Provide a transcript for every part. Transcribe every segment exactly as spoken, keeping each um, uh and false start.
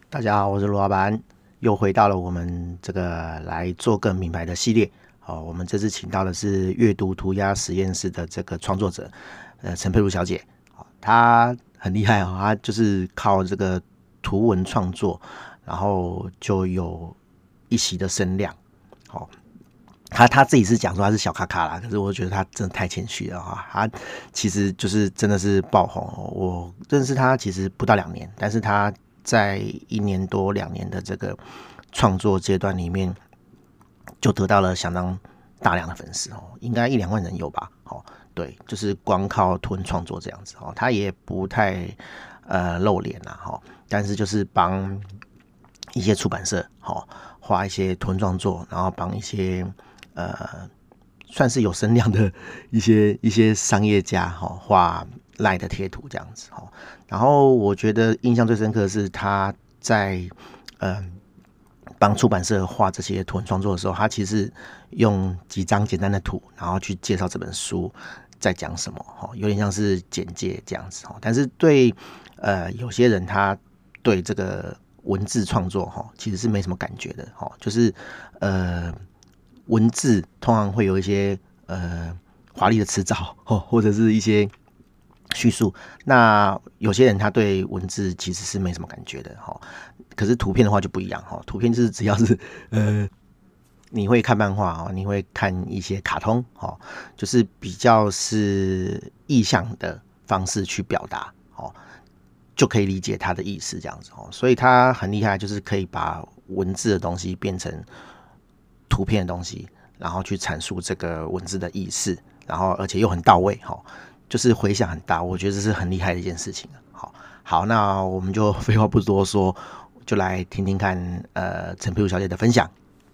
大家好，我是罗老板，又回到了我们这个来做个人品牌的系列。好，我们这次请到的是阅读涂鸦实验室的这个创作者，呃，陈佩如小姐。好，她很厉害哦，她就是靠这个图文创作，然后就有一席的声量。好，他他自己是讲说他是小咖咖啦，可是我觉得他真的太谦虚了哈。他其实就是真的是爆红哦。我认识他其实不到两年，但是他在一年多两年的这个创作阶段里面，就得到了相当大量的粉丝哦，应该一两万人有吧？哦，对，就是光靠图文创作这样子哦。他也不太呃露脸啦哈，但是就是帮一些出版社哦画一些图文创作，然后帮一些呃，算是有声量的一些一些商业家哈，画赖的贴图这样子哈。然后我觉得印象最深刻的是他在呃帮出版社画这些图文创作的时候，他其实用几张简单的图，然后去介绍这本书在讲什么哈，有点像是简介这样子哈。但是对呃有些人他对这个文字创作哈，其实是没什么感觉的哈，就是呃。文字通常会有一些呃华丽的词藻哦，或者是一些叙述。那有些人他对文字其实是没什么感觉的哈，可是图片的话就不一样哈。图片就是只要是呃你会看漫画哦，你会看一些卡通哦，就是比较是意象的方式去表达哦，就可以理解他的意思这样子哦。所以他很厉害，就是可以把文字的东西变成图片的东西，然后去阐述这个文字的意思，然后而且又很到位，哈，就是回响很大，我觉得这是很厉害的一件事情。好，好，那我们就废话不多说，就来听听看，呃，陈佩如小姐的分享。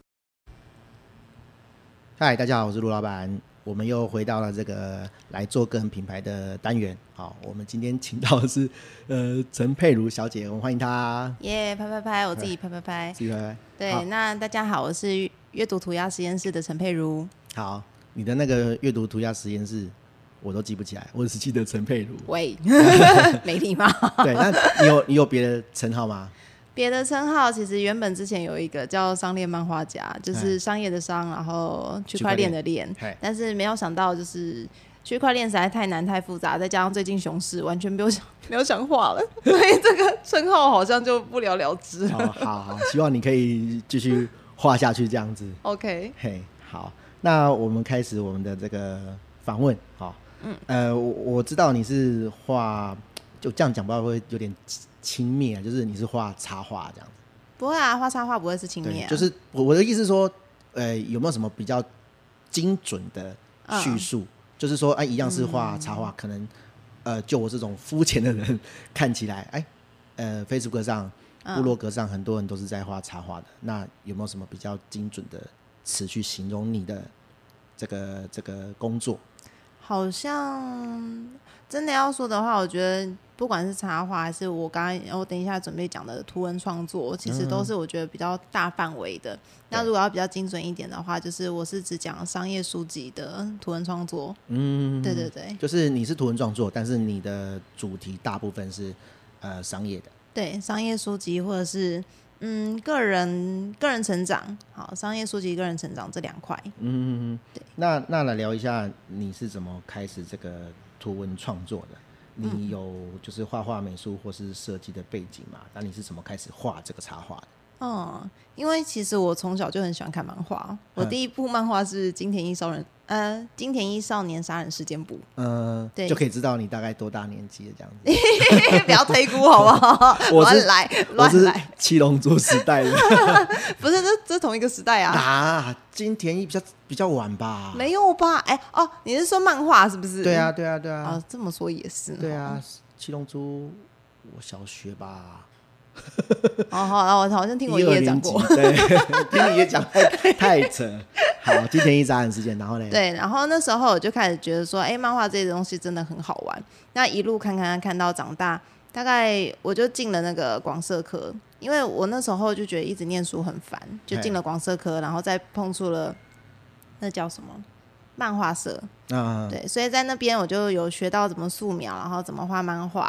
嗨，大家好，我是陆老板，我们又回到了这个来做个人品牌的单元。好，我们今天请到的是呃陈佩如小姐，我们欢迎她。 耶、yeah, 拍拍拍，我自己拍拍拍， 自己拍拍。 对，那大家好，我是阅读涂鸦实验室的陈佩如。 好，你的那个阅读涂鸦实验室我都记不起来，我只记得陈佩如。 喂，没礼貌。 对，那你有你有别的称号吗？ 别的称号其实原本之前有一个叫商业漫画家，就是商业的商，然后区块链的链，但是没有想到就是区块链实在太难太复杂，再加上最近熊市，完全没有想没有想画了，所以这个称号好像就不了了之了。 哦、好好，希望你可以继续画下去这样子。 OK， 嘿，好，那我们开始我们的这个访问。好，嗯，呃，我, 我知道你是画，就这样讲不知道会有点轻蔑，就是你是画插画这样子。 不会啊，画插画不会是轻蔑、啊。 就是我的意思是说，呃，有没有什么比较精准的叙述？嗯、就是说，哎，一样是画插画，嗯、可能呃，就我这种肤浅的人看起来，哎，呃 ，Facebook 上、部落格上很多人都是在画插画的。嗯、那有没有什么比较精准的词去形容你的这个这个工作？ 好像真的要说的话，我觉得不管是插画还是我刚刚我等一下准备讲的图文创作，其实都是我觉得比较大范围的。嗯、那如果要比较精准一点的话，就是我是只讲商业书籍的图文创作。嗯，对对对， 就是你是图文创作，但是你的主题大部分是呃商业的。 对，商业书籍或者是嗯个人个人成长，好，商业书籍、个人成长这两块。 嗯，对。那那来聊一下，你是怎么开始这个图文创作的？你有就是画画、美术或是设计的背景吗？那你是怎么开始画这个插画的？ 嗯，因为其实我从小就很喜欢看漫画，我第一部漫画是金田一少人呃金田一少年杀人事件簿， 呃，对，就可以知道你大概多大年纪了这样子。 不要推估好不好？乱来乱来， 七龙珠时代的， 不是这这同一个时代啊？ 啊，金田一比较比较晚吧？ 没有吧？哎、欸、哦，你是说漫画是不是？ 对啊对啊对啊。 哦，这么说也是。 对啊，七龙珠我小学吧。 哦，好，我好像听我爷爷讲过， 对，听你爷讲太太扯。好，金田一杀人事件，然后呢？ 对，然后那时候我就开始觉得说，哎、欸，漫画这些东西真的很好玩。那一路看看看到长大，大概我就进了那个广社科，因为我那时候就觉得一直念书很烦，就进了广社科，然后再碰触了那叫什么漫画社啊，对，所以在那边我就有学到怎么素描，然后怎么画漫画。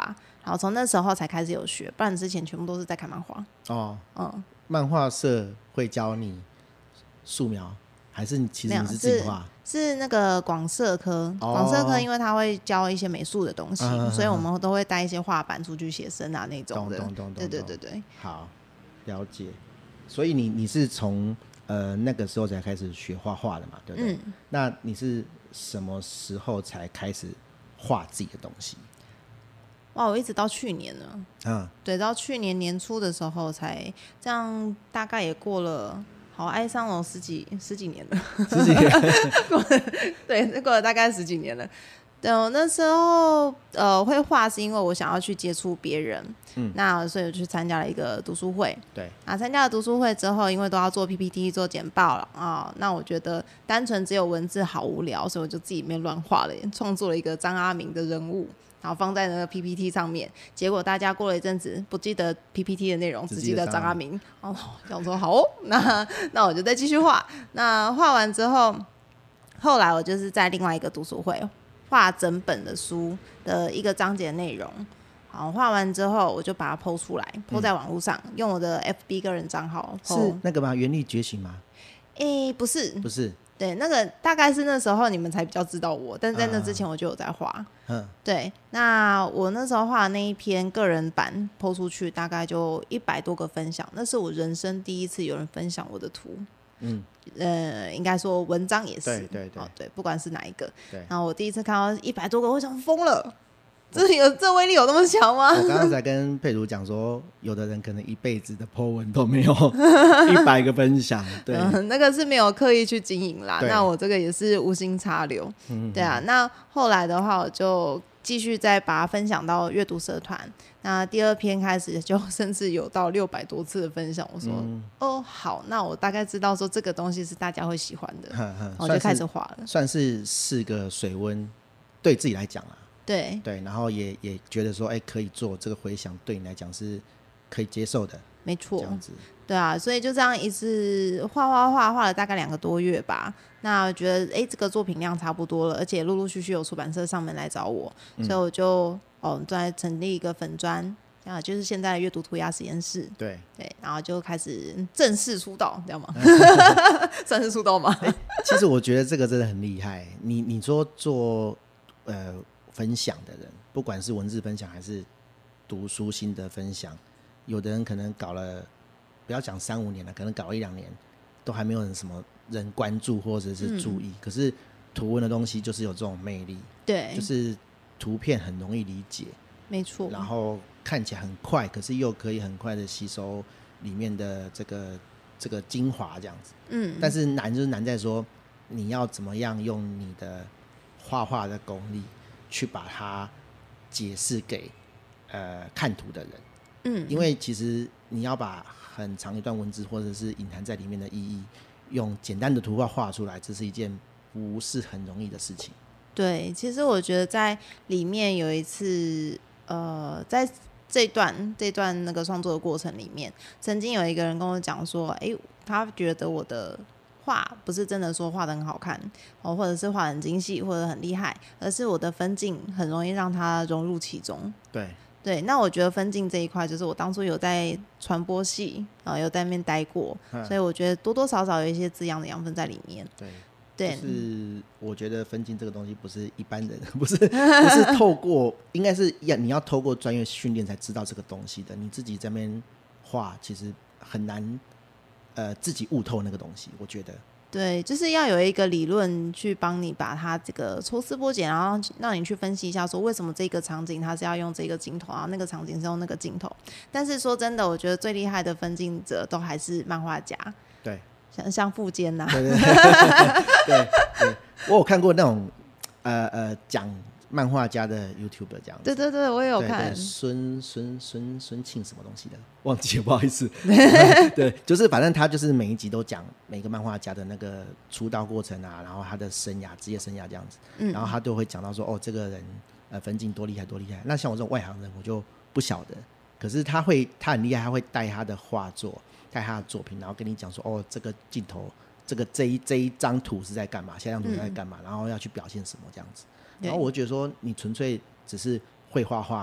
然后从那时候才开始有学，不然之前全部都是在看漫画。 哦， 嗯， 漫画社会教你素描，还是你其实你是自己画？ 是那个广社科， 哦广社科因为他会教一些美术的东西， 嗯嗯嗯所以我们都会带一些画板出去写生啊那种的。 懂懂懂懂， 对对对对。 好，了解。所以你你是从呃那个时候才开始学画画的嘛，对不对？嗯。那你是什么时候才开始画自己的东西？ 哇，我一直到去年呢。嗯。对，到去年年初的时候才这样，大概也过了。好，爱上了十几十几年了， 十几年过了，对，过了大概十几年了。对，我那时候呃会画，是因为我想要去接触别人，嗯，那所以我去参加了一个读书会， 对， 啊，参加了读书会之后，因为都要做 P P T 做简报了啊，那我觉得单纯只有文字好无聊，所以我就自己面乱画了，创作了一个张阿明的人物。然后放在那个 P P T 上面，结果大家过了一阵子不记得 P P T 的内容，只记得张阿明。哦，想说好哦，那那我就再继续画。那画完之后，后来我就是在另外一个读书会画整本的书的一个章节内容。好，画完之后我就把它 po 出来 ，po 在网络上，嗯、用我的 F B 个人账号 po。 是那个吗？原力觉醒吗？ 诶，不是， 不是。 对，那个大概是那时候你们才比较知道我，但在那之前我就有在画。嗯，对，那我那时候画的那一篇个人版 po 出去，大概就一百多个分享，那是我人生第一次有人分享我的图。嗯，呃，应该说文章也是， 对对 对,、 哦、对，不管是哪一个。 对， 然后我第一次看到一百多个，我想疯了。这有这威力有那么强吗？ 我刚刚才跟佩如讲说，有的人可能一辈子的 po 文都没有一百个分享，对、 嗯，那个是没有刻意去经营啦。那我这个也是无心插柳，嗯、对啊。那后来的话，我就继续再把它分享到阅读社团。那第二篇开始就甚至有到六百多次的分享。我说、嗯、哦好，那我大概知道说这个东西是大家会喜欢的，呵呵我就开始画了， 算是是个水温，对自己来讲啊。 对对，然后也也觉得说，哎，可以做这个回响，对你来讲是可以接受的， 没错， 这样子， 对啊，所以就这样一直画画画画了大概两个多月吧。那我觉得，哎，这个作品量差不多了，而且陆陆续续有出版社上门来找我，嗯、所以我就哦，再成立一个粉专。啊，就是现在的阅读涂鸦实验室， 对对，然后就开始正式出道，知道吗？算是出道吗？ 其实我觉得这个真的很厉害。你你说做呃。分享的人，不管是文字分享还是读书心得分享，有的人可能搞了，不要讲三五年了，可能搞了一两年，都还没有人什么人关注或者是注意。嗯、可是图文的东西就是有这种魅力， 对， 就是图片很容易理解， 没错， 然后看起来很快，可是又可以很快的吸收里面的这个这个精华这样子。嗯，但是难就是难在说你要怎么样用你的画画的功力。去把它解释给呃看图的人，嗯，因为其实你要把很长一段文字或者是隐含在里面的意义，用简单的图画画出来，这是一件不是很容易的事情。 对，其实我觉得在里面有一次，呃，在这段这段那个创作的过程里面，曾经有一个人跟我讲说，哎、欸，他觉得我的画不是真的说画得很好看、哦、或者是画得很精细或者很厉害，而是我的分镜很容易让它融入其中。 对对，那我觉得分镜这一块，就是我当初有在传播系啊、呃，有在那边待过，所以我觉得多多少少有一些滋养的养分在里面。 对， 对， 就是我觉得分镜这个东西不是一般人，不是不是透过，应该是要你要透过专业训练才知道这个东西的。你自己在那边画，其实很难。呃，自己悟透那个东西，我觉得对，就是要有一个理论去帮你把它这个抽丝剥茧，然后让你去分析一下，说为什么这个场景它是要用这个镜头，然后那个场景是用那个镜头。但是说真的，我觉得最厉害的分镜者都还是漫画家， 对， 像像富坚呐， 对对 对, 对, 对，我有看过那种呃呃讲。漫画家的 YouTuber 这样子， 对对对，我也有看孙孙孙孙庆什么东西的，忘记了，不好意思。对，就是反正他就是每一集都讲每个漫画家的那个出道过程啊，然后他的生涯、职业生涯这样子，嗯、然后他都会讲到说，哦，这个人呃分镜多厉害多厉害。那像我这种外行人，我就不晓得。可是他会，他很厉害，他会带他的画作，带他的作品，然后跟你讲说，哦，这个镜头，这个这一这一张图是在干嘛，下张图是在干嘛，嗯、然后要去表现什么这样子。然后我觉得说，你纯粹只是会画画，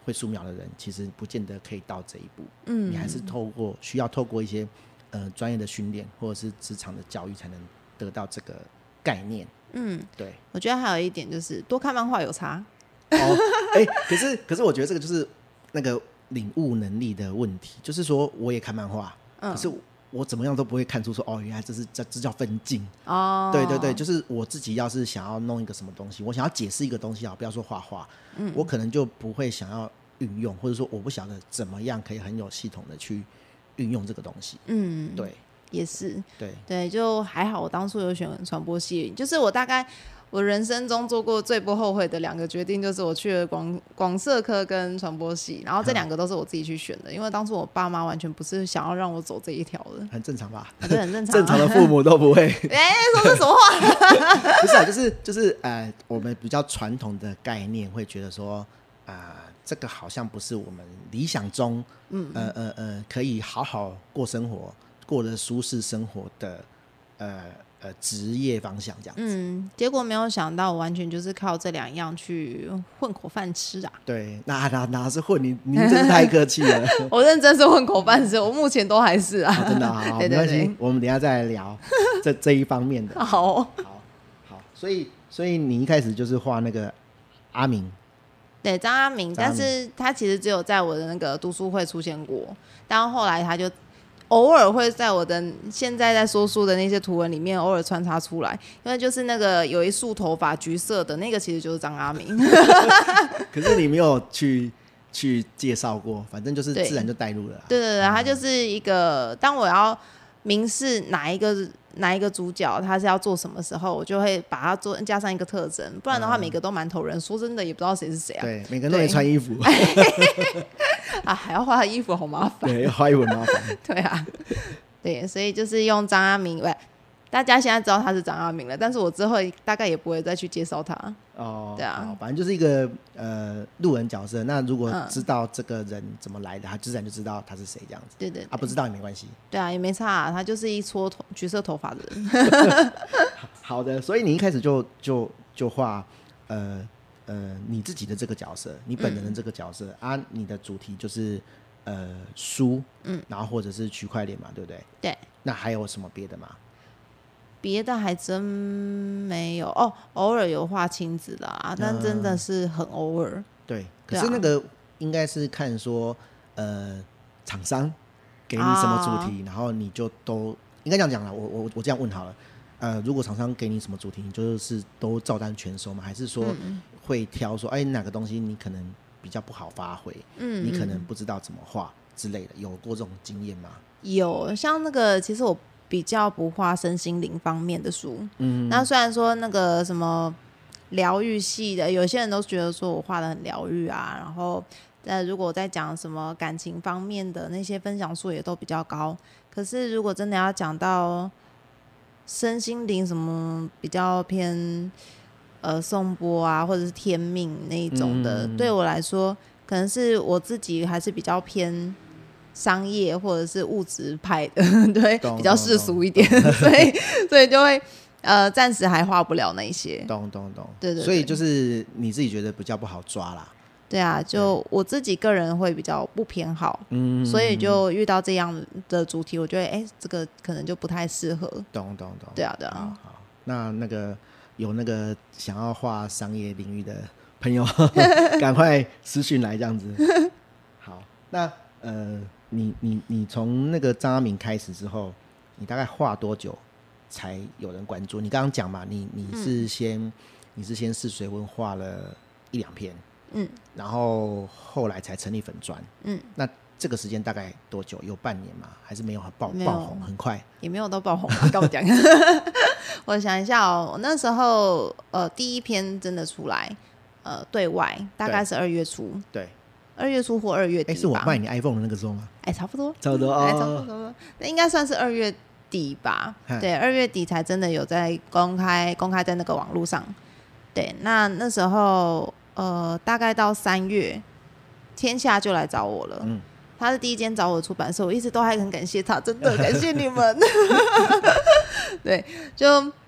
会素描的人，其实不见得可以到这一步。 嗯， 你还是透过需要透过一些呃专业的训练或者是职场的教育，才能得到这个概念。 嗯， 对。 我觉得还有一点就是多看漫画有差。 哦，哎、欸，可是可是我觉得这个就是那个领悟能力的问题，就是说我也看漫画，嗯、可是我怎么样都不会看出说哦，原来这是这这叫分镜。哦，对对对，就是我自己要是想要弄一个什么东西，我想要解释一个东西好，不要说画画，嗯，我可能就不会想要运用，或者说我不晓得怎么样可以很有系统的去运用这个东西。嗯，对。 也是， 对对，就还好。我当初有选传播系，就是我大概我人生中做过最不后悔的两个决定，就是我去了广广社科跟传播系，然后这两个都是我自己去选的，因为当初我爸妈完全不是想要让我走这一条的， 很正常吧？ 对，很正常、啊， 正常的父母都不会。 哎、欸，说这什么话？ 不是啊，就是就是呃，我们比较传统的概念会觉得说，啊、呃，这个好像不是我们理想中，嗯，呃呃呃，可以好好过生活。过得舒适生活的呃呃职业方向这样子， 嗯，结果没有想到，完全就是靠这两样去混口饭吃啊！ 对，那哪哪是混？你你真是太客气了。 我认真是混口饭吃，我目前都还是啊， 哦、真的好，好，没关系，我们等一下再来聊这这一方面的。 好，好， 好，所以所以你一开始就是画那个阿明， 对，张阿明，但是他其实只有在我的那个读书会出现过，但后来他就。偶尔会在我的现在在说书的那些图文里面偶尔穿插出来，因为就是那个有一束头发橘色的那个其实就是张阿明。 可是你没有去去介绍过，反正就是自然就带入了。 对对对，他就是一个当我要明示哪一个哪一个主角他是要做什么时候，我就会把它做加上一个特征，不然的话每个都蛮头人、嗯、说真的也不知道谁是谁啊。 对，每个人都得穿衣服。 啊，还要画衣服好麻烦。 对，画衣服很麻烦。 对啊，对，所以就是用张阿明，喂，大家现在知道他是张阿明了，但是我之后大概也不会再去介绍他。 哦， 对啊， 反正就是一个呃路人角色。那如果知道这个人怎么来的，他自然就知道他是谁这样子。 对 对, 对， 啊，不知道也没关系。 对啊，也没差、啊，他就是一撮头橘色头发的人。 好的，所以你一开始就就就画呃。呃，你自己的这个角色，你本人的这个角色、嗯、啊，你的主题就是呃书，嗯，然后或者是区块链嘛，对不对？ 对。 那还有什么别的吗？ 别的还真没有哦，偶尔有画亲子的啊，但真的是很偶尔、嗯。 对，可是那个应该是看说，呃，厂商给你什么主题，啊、然后你就都应该这样讲了。我我我这样问好了。呃，如果厂商给你什么主题，你就是都照单全收吗？还是说会挑说，哎、嗯，哪个东西你可能比较不好发挥，嗯，你可能不知道怎么画之类的，有过这种经验吗？ 有，像那个，其实我比较不画身心灵方面的书，嗯，那虽然说那个什么疗愈系的，有些人都觉得说我画得很疗愈啊，然后，呃，如果在讲什么感情方面的那些分享数也都比较高，可是如果真的要讲到身心灵什么比较偏呃颂钵啊，或者是天命那一种的、嗯，对我来说，可能是我自己还是比较偏商业或者是物质派的，对，比较世俗一点，所以所以就会呃暂时还画不了那些。 懂懂懂， 对 对, 对， 所以就是你自己觉得比较不好抓啦。 对啊，就我自己个人会比较不偏好，嗯，所以就遇到这样的主题，我觉得哎、欸，这个可能就不太适合。 懂懂懂， 对啊对啊。 好，好，那那个有那个想要画商业领域的朋友，赶快私讯来这样子。好，那呃，你你你从那个张阿明开始之后，你大概画多久才有人关注？你刚刚讲嘛，你你是先、嗯、你是先试水温画了一两篇。嗯，然后后来才成立粉专，嗯，那这个时间大概多久？有半年吗？还是没有爆爆红？很快， 也没有都爆红啊。跟我讲，我想一下哦，我那时候呃第一篇真的出来，呃对外大概是二月初， 对， 二月初或二月底吧。 哎，是我卖你 iPhone 的那个时候吗？ 哎，差不多， 差不多， 哎，差不多，差不多，那应该算是二月底吧？对，二月底才真的有在公开公开在那个网络上。对，那那时候。呃，大概到三月，天下就来找我了。嗯，他是第一间找我的出版社，我一直都还很感谢他，真的感谢你们。对，就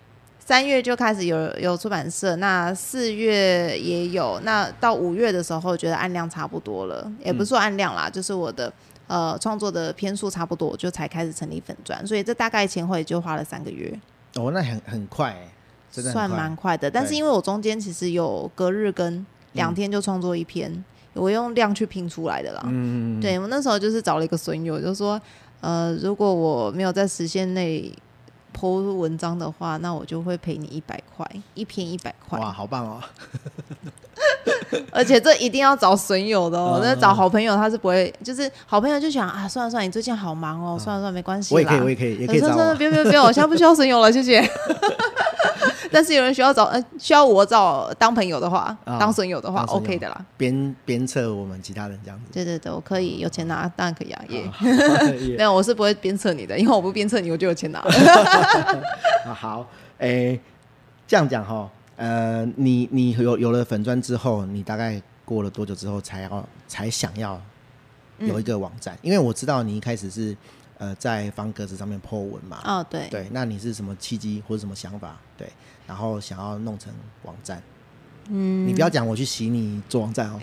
三月就开始有有出版社，那四月也有，那到五月的时候觉得案量差不多了，也不是说案量啦，嗯、就是我的呃创作的篇数差不多，我就才开始成立粉专，所以这大概前后也就花了三个月。 哦，那很很快哎、欸，真的很快， 算蛮快的。但是因为我中间其实有隔日更，两天就创作一篇，嗯、我用量去拼出来的啦。嗯，对，我那时候就是找了一个损友，就说呃，如果我没有在时限内po 文章的话，那我就会赔你一百块，一篇一百块。 哇，好棒哦！ 而且这一定要找损友的哦，那、嗯、找好朋友他是不会，就是好朋友就想啊，算了算了，你最近好忙哦，嗯、算了算了，没关系啦。 我也可以，我也可以，也可以找我。 不用不用不用，我现在不需要损友了，谢谢。但是有人需要找，呃，需要我找当朋友的话，哦、当损友的话 ，OK 的啦。 鞭鞭策我们其他人这样子。 对对对，我可以有钱拿，当然可以啊，耶、yeah 。没有，我是不会鞭策你的，因为我不鞭策你，我就有钱拿。 好，哎、欸，这样讲哈，呃，你你有有了粉专之后，你大概过了多久之后才要才想要有一个网站？嗯、因为我知道你一开始是呃在方格子上面 po 文嘛。 哦，对。 对，那你是什么契机或者什么想法？对。然后想要弄成网站，嗯，你不要讲我去洗你做网站哦。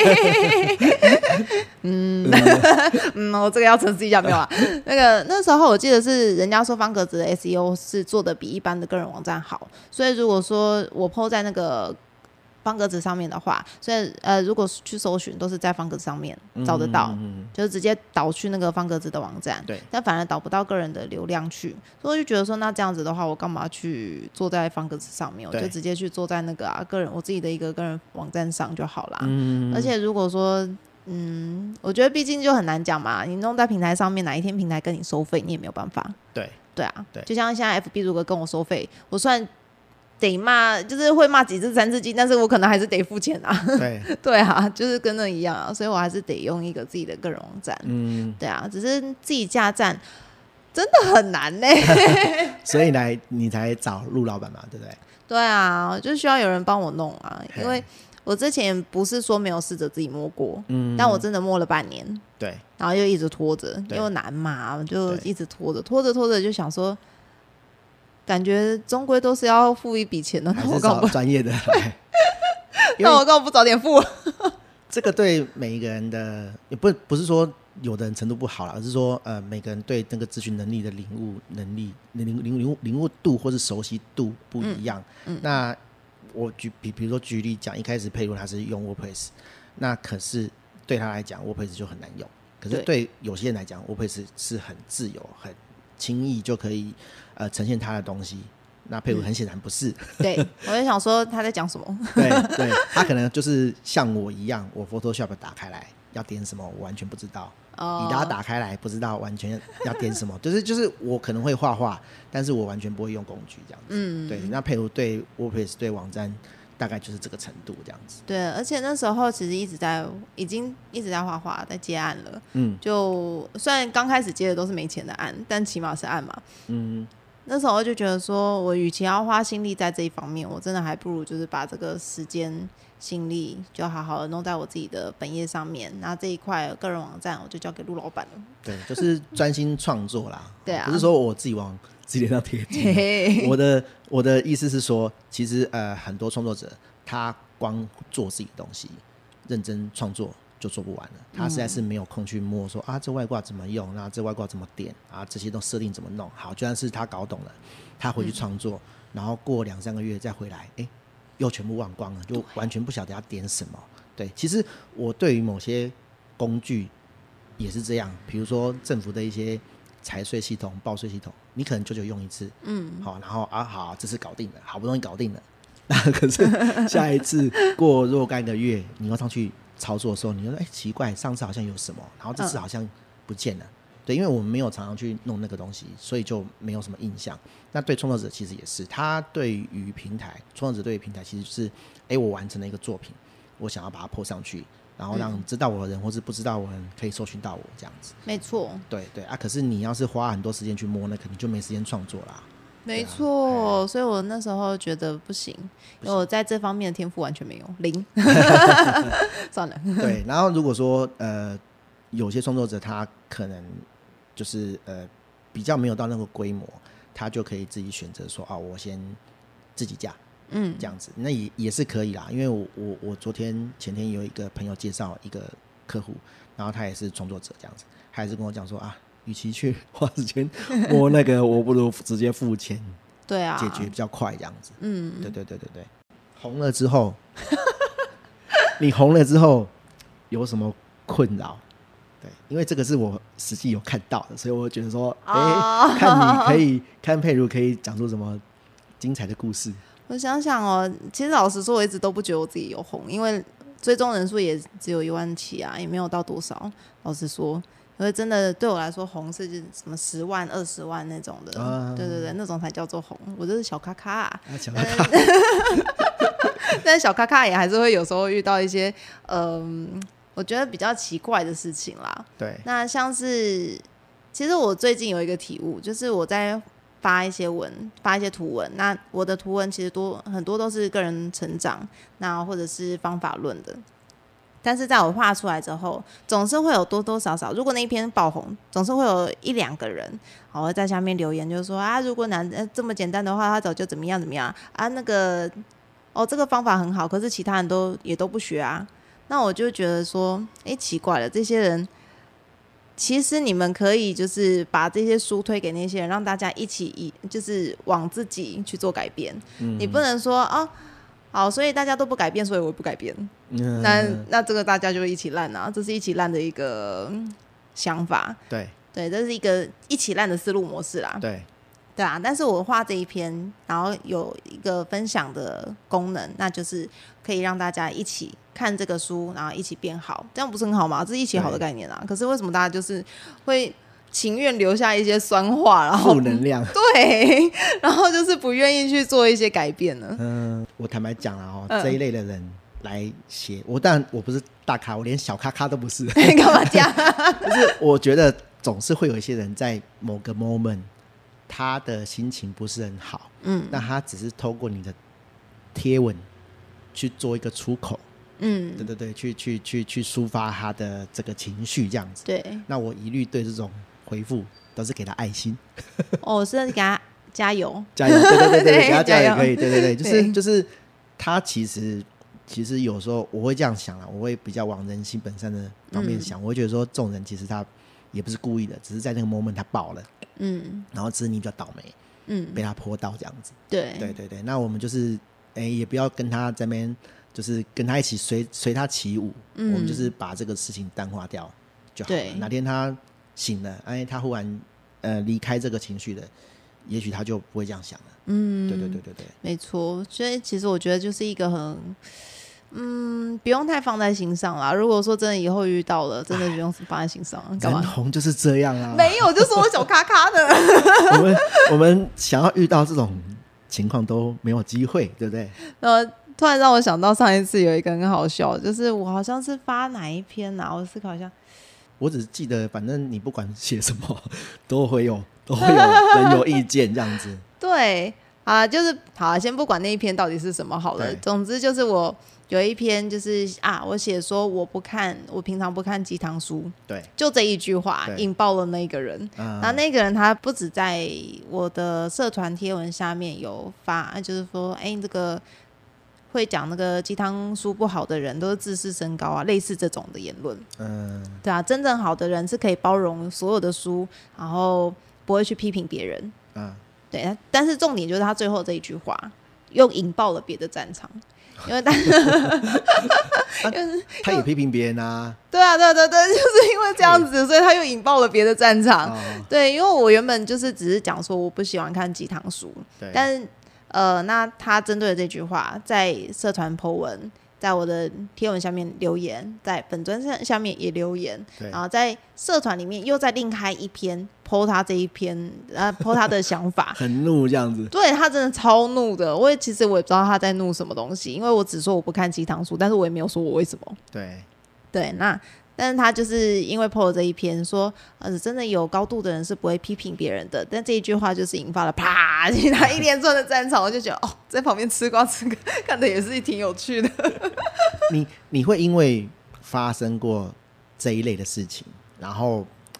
嗯嗯，我这个要澄清一下，没有啊。那个那时候我记得是人家说方格子的 S E O 是做的比一般的个人网站好，所以如果说我 po 在那个方格子上面的话，所以呃，如果去搜寻都是在方格子上面找得到，嗯嗯嗯，就是直接导去那个方格子的网站，对，但反而导不到个人的流量去，所以我就觉得说，那这样子的话，我干嘛去做在方格子上面？我就直接去做在那个啊个人我自己的一个个人网站上就好啦。嗯嗯嗯，而且如果说嗯，我觉得毕竟就很难讲嘛，你弄在平台上面，哪一天平台跟你收费，你也没有办法。对对啊，对，就像现在 F B 如果跟我收费，我算得骂，就是会骂几次三字经，但是我可能还是得付钱啊。对对啊，就是跟那一样啊，所以我还是得用一个自己的个人网站。嗯，对啊，只是自己架站真的很难呢、欸。 所以来你才找陆老板嘛，对不对？ 对啊，就需要有人帮我弄啊，因为我之前不是说没有试着自己摸过，嗯，但我真的摸了半年，对，然后又一直拖着，因为难嘛，就一直拖着，拖着拖着就想说。感觉终归都是要付一笔钱的， 还是找专业的来。 那我干嘛不早点付？ 这个对每一个人的，也不不是说有的人程度不好啦，而是说呃每个人对那个咨询能力的领悟能力、领领领悟领悟度或是熟悉度不一样。嗯嗯、那我举比比如说举例讲，一开始佩如他是用 WordPress， 那可是对他来讲 WordPress 就很难用，可是对有些人来讲 WordPress 是很自由、很轻易就可以呃呈现他的东西。那佩如很显然不是、嗯、 对，我就想说他在讲什么。 对对，他可能就是像我一样，我 Photoshop 打开来要点什么我完全不知道，哦，以达打开来不知道完全要点什么，就是就是我可能会画画，但是我完全不会用工具这样子。嗯，对，那佩如对 WordPress 对网站大概就是这个程度这样子。 对，而且那时候其实一直在已经一直在画画，在接案了。嗯，就虽然刚开始接的都是没钱的案，但起码是案嘛。嗯。那时候就觉得说，我与其要花心力在这一方面，我真的还不如就是把这个时间心力就好好的弄在我自己的本业上面。那这一块个人网站我就交给陆老板了。 对，就是专心创作啦。 对啊， 不是说我自己往自己脸上贴金。我的我的意思是说，其实呃很多创作者他光做自己的东西，认真创作。就做不完了，他实在是没有空去摸说、嗯、啊，这外挂怎么用，那这外挂怎么点啊，这些都设定怎么弄。好，就算是他搞懂了，他回去创作、嗯，然后过两三个月再回来，哎，又全部忘光了，就完全不晓得要点什么。对，其实我对于某些工具也是这样，比如说政府的一些财税系统、报税系统，你可能久久用一次，嗯，好，然后啊好，这次搞定了，好不容易搞定了，那可是下一次过若干个月，你要上去。操作的时候，你就说：“哎、欸，奇怪，上次好像有什么，然后这次好像不见了。嗯”对，因为我们没有常常去弄那个东西，所以就没有什么印象。那对创作者其实也是，他对于平台，创作者对于平台其实是：哎、欸，我完成了一个作品，我想要把它 po 上去，然后让知道我的人、嗯、或是不知道我的人可以搜寻到我这样子。 没错。 对对啊，可是你要是花很多时间去摸，那肯定就没时间创作啦。 没错、啊，所以我那时候觉得不行，因为我在这方面的天赋完全没有，零。算了。 对，然后如果说呃，有些创作者他可能就是呃比较没有到那个规模，他就可以自己选择说啊，我先自己架， 嗯， 这样子，那也也是可以啦。因为我我我昨天前天有一个朋友介绍一个客户，然后他也是创作者这样子，他也是跟我讲说啊，与其去花时间摸那个，我不如直接付钱， 对啊， 解决比较快这样子。 嗯， 对对对对对。红了之后，你红了之后有什么困扰？对，因为这个是我实际有看到的，所以我觉得说，哎、 哦， 看你可以看佩如可以讲出什么精彩的故事。 我想想哦，其实老实说，我一直都不觉得我自己有红，因为追踪人数也只有一万七啊，也没有到多少。老实说，因为真的对我来说，红是什么十万、二十万那种的，啊、对对对，那种才叫做红。我这是小咖咖、啊， 啊、小咖咖。 但是小咖咖也还是会有时候遇到一些，嗯、呃。我觉得比较奇怪的事情啦， 对， 那像是，其实我最近有一个体悟，就是我在发一些文，发一些图文，那我的图文其实多很多都是个人成长，那或者是方法论的，但是在我画出来之后，总是会有多多少少，如果那一篇爆红，总是会有一两个人，然后在下面留言，就是说啊，如果男呃这么简单的话，他早就怎么样怎么样啊，那个哦这个方法很好，可是其他人都也都不学啊。那我就觉得说，哎，奇怪了，这些人其实你们可以就是把这些书推给那些人，让大家一起以就是往自己去做改变。嗯、你不能说哦，好，所以大家都不改变，所以我不改变。嗯、那那这个大家就一起烂啊，这是一起烂的一个想法。 对对，这是一个一起烂的思路模式啦。 对。 对啊，但是我画这一篇，然后有一个分享的功能，那就是可以让大家一起看这个书，然后一起变好，这样不是很好吗？这是一起好的概念啊。可是为什么大家就是会情愿留下一些酸话，然后负能量？ 对，然后就是不愿意去做一些改变呢？ 嗯，我坦白讲啦哦、嗯，这一类的人来写，我当然我不是大咖，我连小咖咖都不是。 干嘛这样？ 就是我觉得总是会有一些人在某个 moment。他的心情不是很好，嗯，那他只是透过你的贴文去做一个出口，嗯，对对对，去去去去抒发他的这个情绪这样子。 对， 那我一律对这种回复都是给他爱心。 哦，是给他加油， 加油，对对对对，给他加油也可以，对对对，就是就是他其实其实有时候我会这样想啦，我会比较往人性本善的方面想，嗯、我会觉得说这种人其实他也不是故意的，只是在那个 moment 他爆了。嗯，然后只是你比较倒霉，嗯，被他泼到这样子， 对， 对对对。那我们就是，哎、欸，也不要跟他这边，就是跟他一起随随他起舞，嗯，我们就是把这个事情淡化掉就好了。哪天他醒了，哎，他忽然呃离开这个情绪了，也许他就不会这样想了。嗯，对对对对对， 没错。所以其实我觉得就是一个很。嗯，不用太放在心上啦。如果说真的以后遇到了，真的不用放在心上。干嘛？ 人红就是这样啊。 没有，就说我小咖咖的。 我们我们想要遇到这种情况都没有机会，对不对？ 呃，突然让我想到上一次有一个很好笑，就是我好像是发哪一篇啊？我思考一下。 我只记得，反正你不管写什么，都会有都会有人有意见这样子。 对啊，就是好，先不管那一篇到底是什么好了。总之就是我。有一篇就是啊，我写说我不看，我平常不看鸡汤书， 对， 就这一句话引爆了那个人。然后那个人他不止在我的社团贴文下面有发，就是说，哎、欸，这个会讲那个鸡汤书不好的人都是自视甚高啊，类似这种的言论。嗯，对啊，真正好的人是可以包容所有的书，然后不会去批评别人。嗯，对，但是重点就是他最后这一句话又引爆了别的战场。因为他啊、他也批评别人啊， 对啊，对啊对对，就是因为这样子，所以他又引爆了别的战场。哦、对，因为我原本就是只是讲说我不喜欢看鸡汤书，但是呃，那他针对的这句话，在社团 po 文，在我的贴文下面留言，在本专下面也留言，然后在社团里面又再另开一篇 po 他这一篇，呃 po 他的想法， 很怒这样子。 对，他真的超怒的，我也其实我也不知道他在怒什么东西，因为我只说我不看鸡汤书，但是我也没有说我为什么。 对对，那但是他就是因为 po 了这一篇说，呃，真的有高度的人是不会批评别人的，但这一句话就是引发了啪，其他一连串的战场，我就觉得哦，在旁边吃瓜吃瓜，看的也是挺有趣的。 你你会因为发生过这一类的事情，然后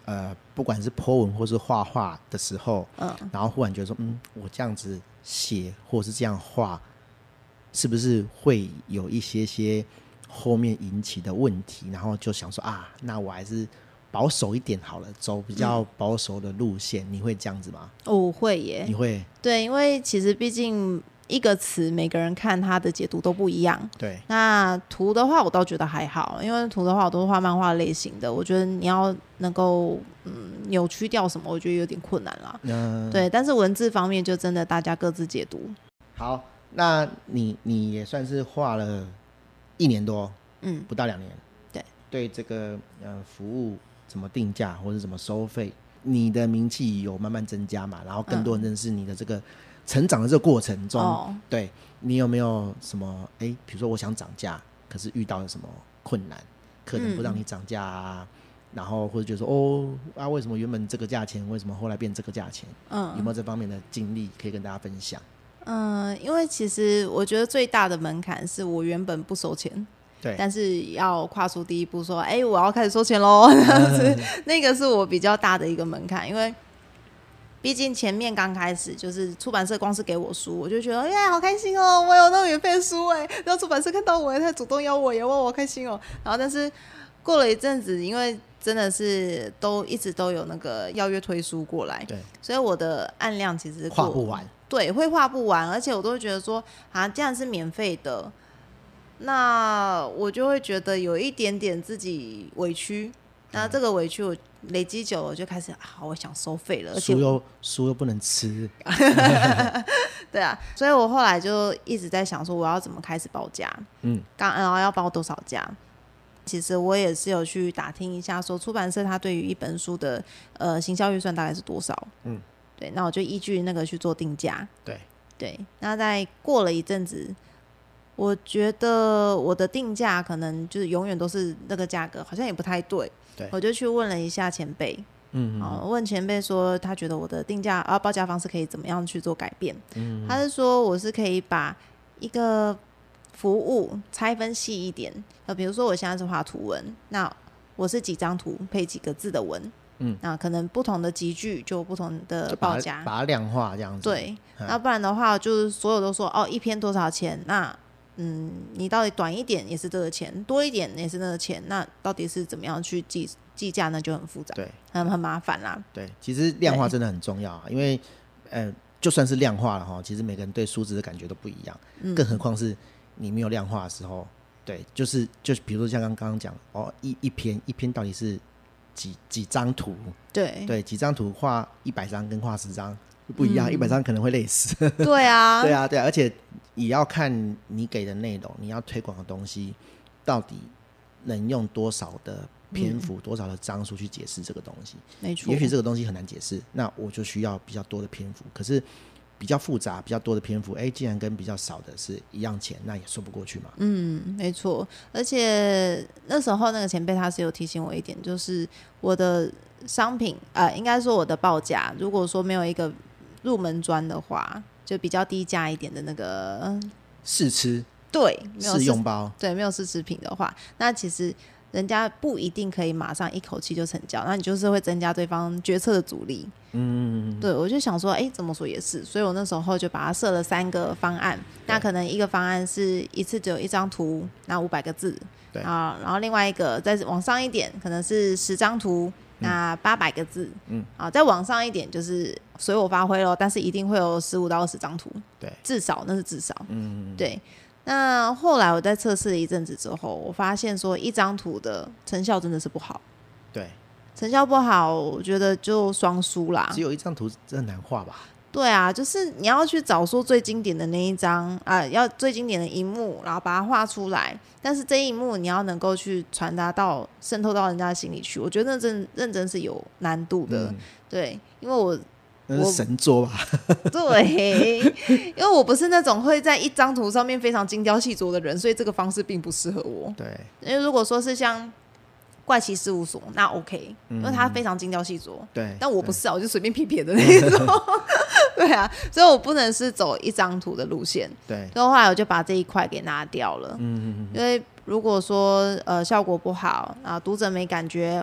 呃，不管是 po 文或是画画的时候， 嗯， 然后忽然觉得说，嗯，我这样子写或是这样画，是不是会有一些些后面引起的问题？然后就想说啊，那我还是保守一点好了，走比较保守的路线。嗯、你会这样子吗？ 哦，我会耶。 你会？ 对，因为其实毕竟一个词，每个人看它的解读都不一样。 对。 那图的话，我倒觉得还好，因为图的话我都是画漫画类型的，我觉得你要能够嗯扭曲掉什么，我觉得有点困难啦。嗯，对。但是文字方面，就真的大家各自解读。 好，那你你也算是画了一年多，嗯，不到两年。 对。 对这个呃服务怎么定价或者怎么收费，你的名气有慢慢增加嘛？然后更多人认识你的这个。成长的这个过程中，哦、对你有没有什么？哎，比如说我想涨价，可是遇到了什么困难，可能不让你涨价啊？嗯、然后或者觉得说，哦啊，为什么原本这个价钱，为什么后来变这个价钱？嗯，有没有这方面的经历可以跟大家分享？ 嗯，因为其实我觉得最大的门槛是我原本不收钱。 对， 但是要跨出第一步说，哎，我要开始收钱咯，这样子，嗯、那个是我比较大的一个门槛，因为。毕竟前面刚开始就是出版社光是给我书，我就觉得耶好开心哦，我有那种免费书哎，然后出版社看到我，他主动邀我，也哇我好开心哦。然后但是过了一阵子，因为真的是都一直都有那个邀约推书过来， 对， 所以我的案量其实画不完， 对，会画不完，而且我都会觉得说啊，既然是免费的，那我就会觉得有一点点自己委屈。那这个委屈我累积久了，我就开始啊，我想收费了，而且书又书又不能吃， 对啊，所以我后来就一直在想说，我要怎么开始报价？嗯，刚然后要报多少价？其实我也是有去打听一下，说出版社它对于一本书的呃行销预算大概是多少？嗯，对，那我就依据那个去做定价。 对对，那在过了一阵子。我觉得我的定价可能就是永远都是那个价格，好像也不太对。 对， 我就去问了一下前辈，嗯嗯、哦，问前辈说他觉得我的定价啊报价方式可以怎么样去做改变。嗯，他是说我是可以把一个服务拆分细一点，呃，比如说我现在是画图文，那我是几张图配几个字的文。嗯，那可能不同的集句就有不同的报价， 把它量化这样子。 对，嗯、那不然的话，就是所有都说哦，一篇多少钱？那嗯，你到底短一点也是这个钱，多一点也是那个钱，那到底是怎么样去计计价呢？就很复杂， 对， 很很麻烦啦。 对，其实量化真的很重要啊，因为呃，就算是量化了哈，其实每个人对数字的感觉都不一样，嗯、更何况是你没有量化的时候，对，就是就是比如说像刚刚讲哦，一一篇一篇到底是几几张图？ 对对，几张图画一百张跟画十张。不一样，一百张可能会累死。 对啊， 对啊，对啊，而且也要看你给的内容，你要推广的东西到底能用多少的篇幅、嗯、多少的张数去解释这个东西。 没错， 也许这个东西很难解释，那我就需要比较多的篇幅。可是比较复杂、比较多的篇幅，哎，既然跟比较少的是一样钱，那也说不过去嘛。 嗯，没错。而且那时候那个前辈他是有提醒我一点，就是我的商品，呃，应该说我的报价，如果说没有一个入门专的话，就比较低价一点的那个试吃， 对，没有试用包， 对，没有试吃品的话，那其实人家不一定可以马上一口气就成交，那你就是会增加对方决策的阻力。嗯，对，我就想说，哎、欸，怎么说也是，所以我那时候就把它设了三个方案，那可能一个方案是一次只有一张图，那五百个字， 对啊，然后另外一个再往上一点，可能是十张图。那八百个字，嗯，啊，再往上一点就是随我发挥咯，但是一定会有十五到二十张图， 对， 至少那是至少，嗯，对。那后来我在测试了一阵子之后，我发现说一张图的成效真的是不好， 对， 成效不好，我觉得就双输啦。 只有一张图真的难画吧？ 对啊，就是你要去找出最经典的那一张啊，要最经典的一幕，然后把它画出来。但是这一幕你要能够去传达到、渗透到人家的心里去，我觉得那真认真是有难度的。嗯、对，因为我那是神作吧？ 对，因为我不是那种会在一张图上面非常精雕细琢的人，所以这个方式并不适合我。 对， 因为如果说是像怪奇事务所那 OK，、嗯、因为它非常精雕细琢。 对， 但我不是啊，我就随便撇撇的那一种。对啊，所以我不能是走一张图的路线。 对， 所以后来我就把这一块给拿掉了。嗯嗯嗯。因为如果说呃效果不好，然后读者没感觉，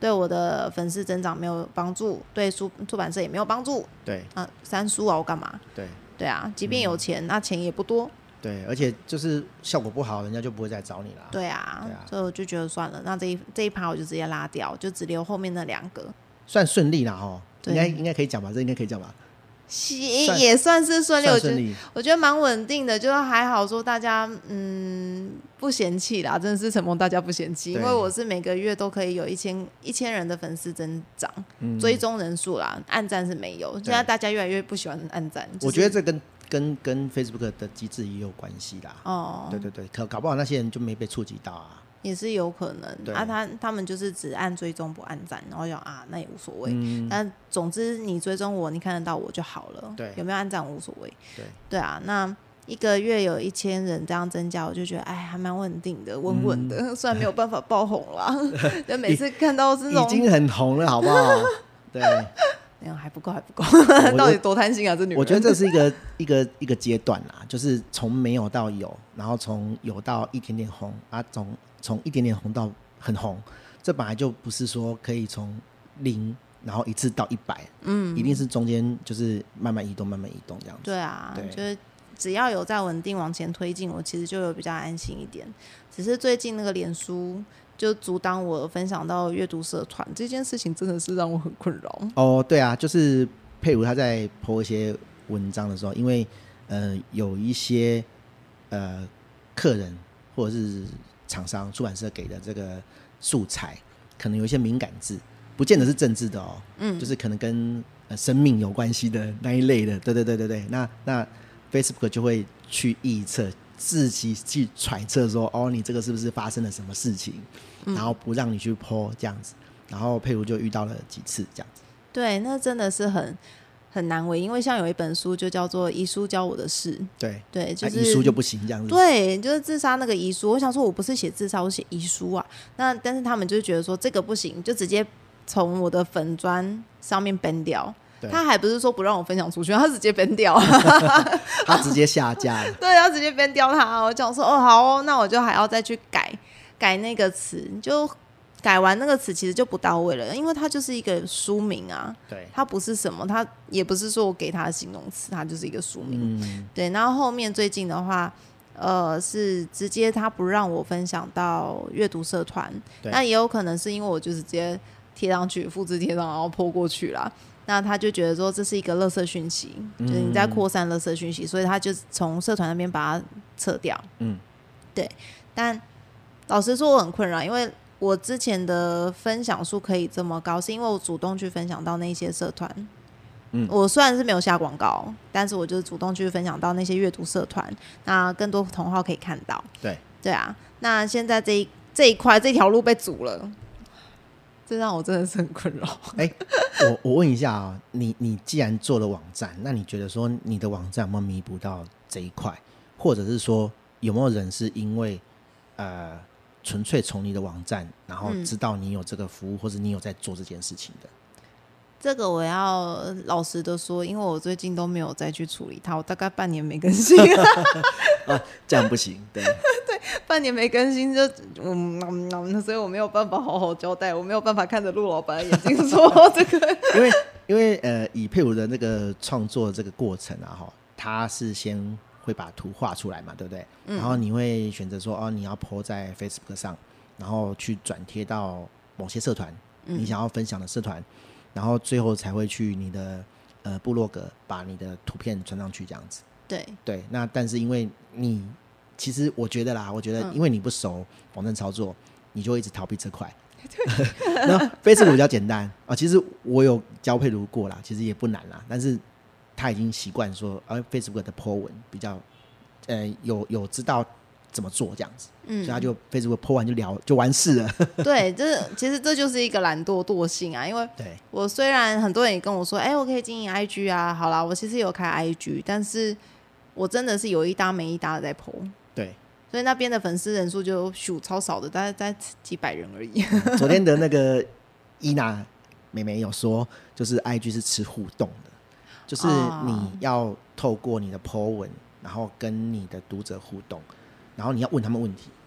对我的粉丝增长没有帮助，对出出版社也没有帮助。 对啊，删书啊，我干嘛？ 对对啊，即便有钱，嗯、那钱也不多。 对，而且就是效果不好，人家就不会再找你了。 对啊， 对啊， 所以我就觉得算了，那这一这一趴我就直接拉掉，就只留后面那两个。 算顺利啦齁，应该应该可以讲吧？这应该可以讲吧？ 也也算是顺利， 我觉得我觉得蛮稳定的，就是还好说大家嗯不嫌弃啦，真的是承蒙大家不嫌弃，因为我是每个月都可以有一千一千人的粉丝增长、嗯，追踪人数啦，按赞是没有，现在大家越来越不喜欢按赞、就是， 我觉得这跟跟跟 Facebook 的机制也有关系啦。哦，对对对，可搞不好那些人就没被触及到啊。也是有可能啊，他他们就是只按追踪不按赞，然后就啊那也无所谓、嗯。但总之你追踪我，你看得到我就好了。对，有没有按赞无所谓。对对啊，那一个月有一千人这样增加，我就觉得哎还蛮稳定的，稳稳的、嗯。虽然没有办法爆红啦，就每次看到这种已经很红了，好不好？对， 没有还不够，还不够，到底多贪心啊！这女人， 我觉得这是一个一个一个阶段啦，就是从没有到有，然后从有到一点点红啊，从从一点点红到很红，这本来就不是说可以从零然后一次到一百，嗯，一定是中间就是慢慢移动，慢慢移动这样子。 对啊，对，就是只要有在稳定往前推进，我其实就有比较安心一点。只是最近那个脸书就阻挡我分享到阅读社团这件事情，真的是让我很困扰。 哦，对啊，就是佩如他在 po 一些文章的时候，因为呃有一些呃客人或者是厂商出版社给的这个素材可能有一些敏感字，不见得是政治的哦，嗯，就是可能跟、呃、生命有关系的那一类的，对对对对对，那那 Facebook 就会去臆测，自己去揣测说，哦，你这个是不是发生了什么事情，嗯、然后不让你去 po 这样子，然后佩如就遇到了几次这样子。 对，那真的是很很难为，因为像有一本书就叫做《遗书教我的事》， 对对，就是、 啊、遗书就不行这样子。 对，就是自杀那个遗书，我想说我不是写自杀，我写遗书啊。那但是他们就觉得说这个不行，就直接从我的粉专上面 ban 掉。他还不是说不让我分享出去，他直接 ban 掉他直接下架了。 对，他直接 ban 掉他。我讲说哦好哦，那我就还要再去改改那个词，就改完那个词其实就不到位了，因为它就是一个书名啊，对，它不是什么，它也不是说我给它的形容词，它就是一个书名、嗯、对。然后后面最近的话呃，是直接他不让我分享到阅读社团，那也有可能是因为我就是直接贴上去，复制贴上然后po过去啦，那他就觉得说这是一个垃圾讯息、嗯、就是你在扩散垃圾讯息，所以他就从社团那边把它撤掉。嗯，对。但老实说我很困扰，因为我之前的分享数可以这么高，是因为我主动去分享到那些社团。嗯，我虽然是没有下广告，但是我就是主动去分享到那些阅读社团，那更多同好可以看到。对，对啊。那现在这一这一块这条路被阻了，这让我真的是很困扰。 哎、欸，我我问一下啊、喔，你你既然做了网站，那你觉得说你的网站有没有弥补到这一块，或者是说有没有人是因为呃纯粹从你的网站，然后知道你有这个服务，嗯、或者你有在做这件事情的？ 这个我要老实的说，因为我最近都没有再去处理它，我大概半年没更新。 啊，这样不行，对对，半年没更新就嗯嗯嗯，所以我没有办法好好交代，我没有办法看着陆老板的眼睛说这个。 因为因为呃，以佩如的那个创作这个过程啊，哈，他是先会把图画出来嘛，对不对？嗯、然后你会选择说，哦，你要 po 在 Facebook 上，然后去转贴到某些社团，嗯、你想要分享的社团。然后最后才会去你的呃部落格把你的图片传上去这样子。对对，那但是因为你其实我觉得啦，我觉得因为你不熟网站操作，嗯、你就会一直逃避这块。那 Facebook 比较简单啊，其实我有教佩如过啦，其实也不难啦，但是他已经习惯说，呃 Facebook 的 po 文比较呃有有知道怎么做这样子，嗯、所以他就 Facebook po 完就聊就完事了。 对，这其实这就是一个懒惰惰性啊，因为我虽然很多人也跟我说，哎、欸，我可以经营 I G 啊，好啦，我其实有开 I G， 但是我真的是有一搭没一搭的在 po。对，所以那边的粉丝人数就咻超少的，大概在几百人而已。 嗯、昨天的那个伊娜妹妹有说，就是 I G 是吃互动的，就是你要透过你的 po 文，然后跟你的读者互动。然后你要问他们问题，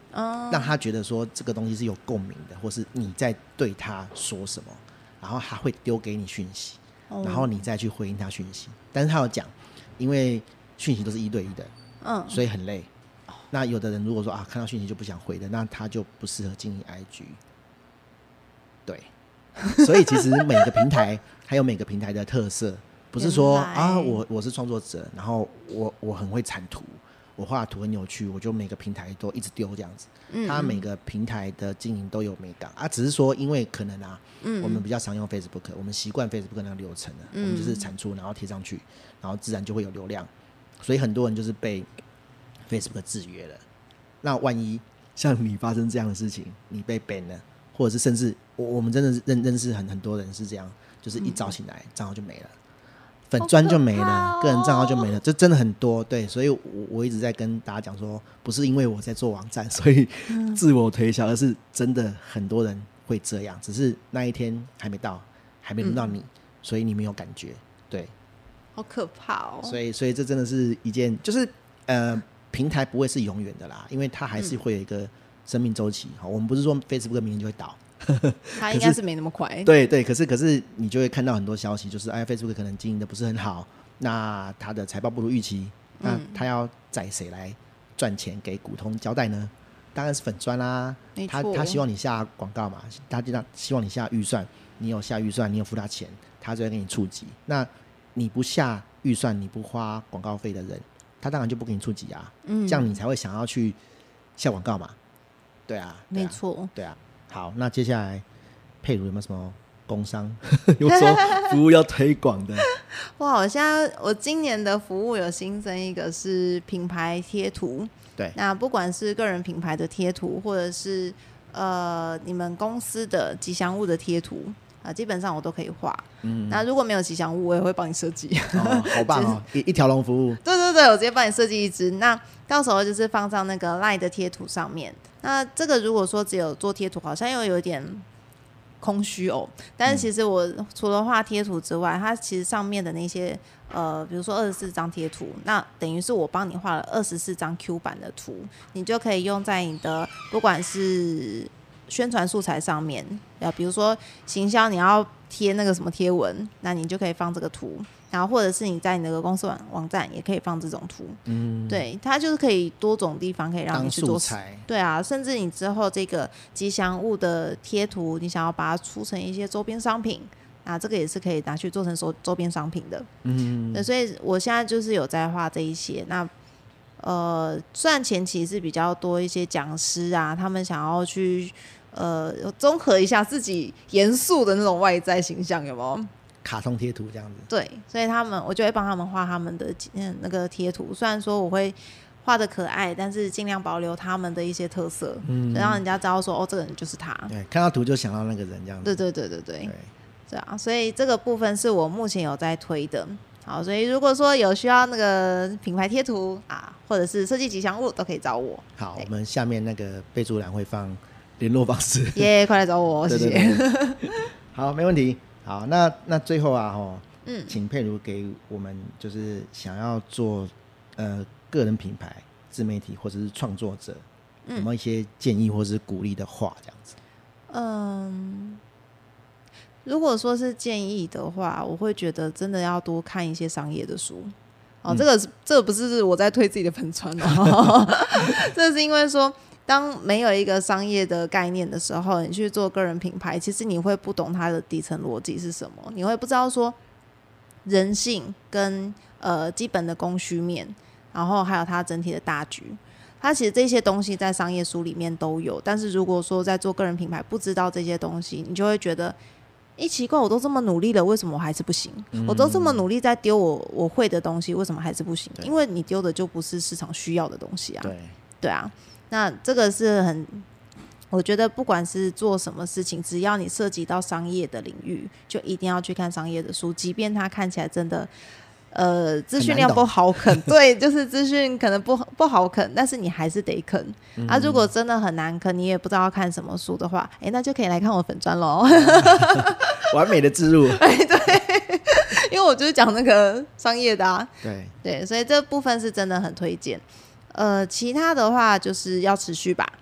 哦， 让他觉得说这个东西是有共鸣的，或是你在对他说什么，然后他会丢给你讯息， 哦然后你再去回应他讯息。但是他有讲，因为讯息都是一对一的， 嗯， 所以很累。那有的人如果说啊看到讯息就不想回的，那他就不适合经营 I G。对，所以其实每个平台还有每个平台的特色，不是说啊我我是创作者，然后我我很会产图，我画的图很有趣，我就每个平台都一直丢这样子。嗯，它每个平台的经营都有美感啊，只是说因为可能啊，嗯、我们比较常用 Facebook， 我们习惯 Facebook 那个流程了，嗯、我们就是产出然后贴上去，然后自然就会有流量，所以很多人就是被 Facebook 制约了。那万一像你发生这样的事情，你被 ban 了，或者是甚至 我, 我们真的是 认, 认识 很, 很多人是这样，就是一早醒来账号就没了。粉专就没了，哦、个人账号就没了，这真的很多。对，所以我我一直在跟大家讲说，不是因为我在做网站所以自我推销，而是真的很多人会这样，只是那一天还没到，还没轮到你，嗯、所以你没有感觉。对， 好可怕哦。 所以，所以这真的是一件，就是呃，平台不会是永远的啦，因为它还是会有一个生命周期。好，我们不是说 Facebook 明天就会倒。 他应该是没那么快。 对对，可是可是你就会看到很多消息，就是哎 ，Facebook 可能经营的不是很好，那他的财报不如预期，那他要宰谁来赚钱给股东交代呢？当然是粉专啦、啊，他他希望你下广告嘛，他希望你下预算，你有下预算，你有付他钱，他就会给你触及。那你不下预算，你不花广告费的人，他当然就不给你触及啊，嗯、这样你才会想要去下广告嘛。对啊，对啊没错， 对啊。好，那接下来佩如有没有什么工商有什么服务要推广的？ 哇，我现在我今年的服务有新增一个是品牌贴图。 对， 那不管是个人品牌的贴图，或者是呃你们公司的吉祥物的贴图啊，基本上我都可以画。嗯，那如果没有吉祥物，我也会帮你设计。 哦，好棒哦！一一条龙服务。 对对对，我直接帮你设计一支。那到时候就是放上那个 LINE 的贴图上面。那这个如果说只有做贴图，好像又有点空虚哦。但是其实我除了画贴图之外，它其实上面的那些呃，比如说二十四张贴图，那等于是我帮你画了二十四张 Q 版的图，你就可以用在你的不管是宣传素材上面，比如说行销你要贴那个什么贴文，那你就可以放这个图。然后或者是你在你那个公司 网, 网站也可以放这种图，嗯，对，它就是可以多种地方可以让你去做， 当素材， 对啊，甚至你之后这个吉祥物的贴图，你想要把它出成一些周边商品，那这个也是可以拿去做成周边商品的，嗯，对，所以我现在就是有在画这一些。那呃，虽然前期是比较多一些讲师啊，他们想要去呃综合一下自己严肃的那种外在形象，有没有？ 卡通贴图这样子， 对，所以他们我就会帮他们画他们的那个贴图。虽然说我会画的可爱，但是尽量保留他们的一些特色，嗯，让人家知道说哦，这个人就是他。 对，看到图就想到那个人这样子。 对对对对对，对，对啊，所以这个部分是我目前有在推的。好，所以如果说有需要那个品牌贴图啊，或者是设计吉祥物，都可以找我。 好，我们下面那个备注栏会放联络方式。 耶、yeah, 快来找我，谢谢。 对对对好，没问题。好，那那最后啊，哦，嗯，请佩如给我们就是想要做呃个人品牌、自媒体或者是创作者，有没有一些建议或是鼓励的话，这样子？ 嗯，如果说是建议的话，我会觉得真的要多看一些商业的书。哦，嗯、这个这个不是我在推自己的粉专哦，这是因为说。当没有一个商业的概念的时候，你去做个人品牌，其实你会不懂它的底层逻辑是什么，你会不知道说人性跟呃基本的供需面，然后还有它整体的大局，它其实这些东西在商业书里面都有，但是如果说在做个人品牌不知道这些东西，你就会觉得欸，奇怪，我都这么努力了，为什么我还是不行？嗯、我都这么努力在丢我我会的东西，为什么还是不行？因为你丢的就不是市场需要的东西啊。 对， 对啊。那这个是很，我觉得不管是做什么事情，只要你涉及到商业的领域，就一定要去看商业的书，即便它看起来真的，呃，资讯量不好啃，对，就是资讯可能不不好啃，但是你还是得啃。嗯、啊，如果真的很难啃，你也不知道要看什么书的话，哎，那就可以来看我粉专咯。 完美的置入。 哎，对，因为我就是讲那个商业的啊， 对对，所以这部分是真的很推荐。呃，其他的话就是要持续吧，